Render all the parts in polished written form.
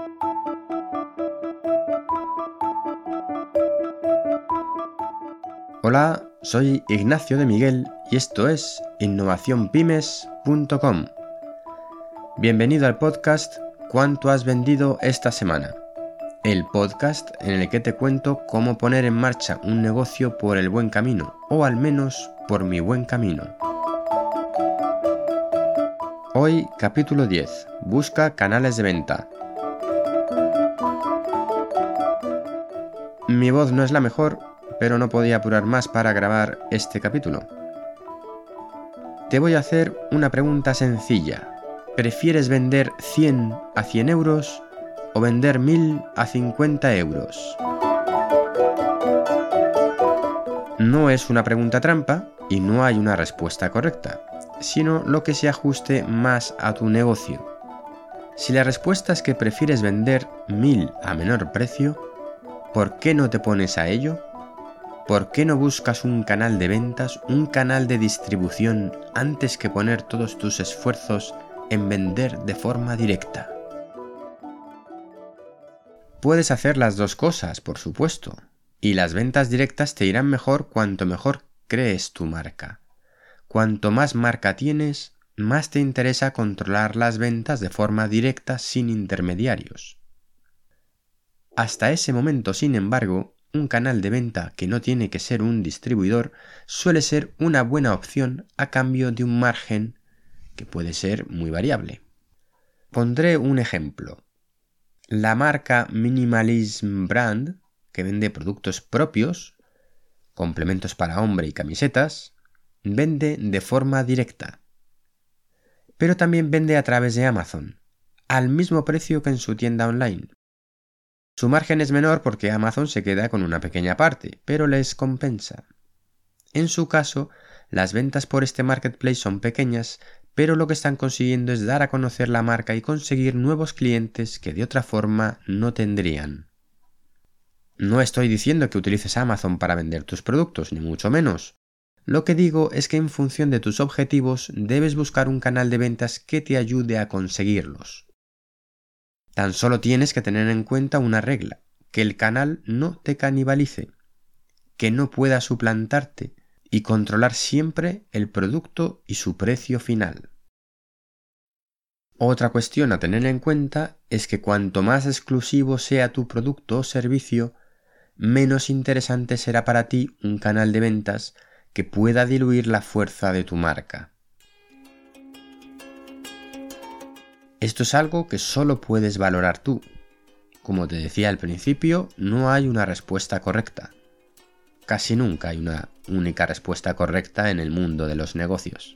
Hola, soy Ignacio de Miguel y esto es innovacionpymes.com. Bienvenido al podcast ¿Cuánto has vendido esta semana? El podcast en el que te cuento cómo poner en marcha un negocio por el buen camino, o al menos por mi buen camino. Hoy, capítulo 10. Busca canales de venta. Mi voz no es la mejor, pero no podía apurar más para grabar este capítulo. Te voy a hacer una pregunta sencilla. ¿Prefieres vender 100 a 100 euros o vender 1000 a 50 euros? No es una pregunta trampa y no hay una respuesta correcta, sino lo que se ajuste más a tu negocio. Si la respuesta es que prefieres vender 1000 a menor precio, ¿por qué no te pones a ello? ¿Por qué no buscas un canal de ventas, un canal de distribución, antes que poner todos tus esfuerzos en vender de forma directa? Puedes hacer las dos cosas, por supuesto, y las ventas directas te irán mejor cuanto mejor crees tu marca. Cuanto más marca tienes, más te interesa controlar las ventas de forma directa sin intermediarios. Hasta ese momento, sin embargo, un canal de venta que no tiene que ser un distribuidor suele ser una buena opción a cambio de un margen que puede ser muy variable. Pondré un ejemplo. La marca Minimalism Brand, que vende productos propios, complementos para hombre y camisetas, vende de forma directa. Pero también vende a través de Amazon, al mismo precio que en su tienda online. Su margen es menor porque Amazon se queda con una pequeña parte, pero les compensa. En su caso, las ventas por este marketplace son pequeñas, pero lo que están consiguiendo es dar a conocer la marca y conseguir nuevos clientes que de otra forma no tendrían. No estoy diciendo que utilices Amazon para vender tus productos, ni mucho menos. Lo que digo es que en función de tus objetivos debes buscar un canal de ventas que te ayude a conseguirlos. Tan solo tienes que tener en cuenta una regla, que el canal no te canibalice, que no pueda suplantarte y controlar siempre el producto y su precio final. Otra cuestión a tener en cuenta es que cuanto más exclusivo sea tu producto o servicio, menos interesante será para ti un canal de ventas que pueda diluir la fuerza de tu marca. Esto es algo que solo puedes valorar tú. Como te decía al principio, no hay una respuesta correcta. Casi nunca hay una única respuesta correcta en el mundo de los negocios.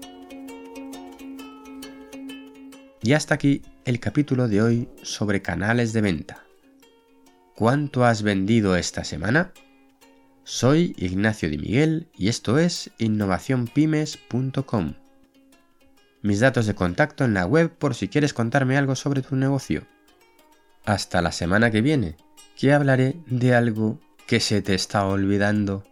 Y hasta aquí el capítulo de hoy sobre canales de venta. ¿Cuánto has vendido esta semana? Soy Ignacio de Miguel y esto es innovacionpymes.com. Mis datos de contacto en la web por si quieres contarme algo sobre tu negocio. Hasta la semana que viene, que hablaré de algo que se te está olvidando.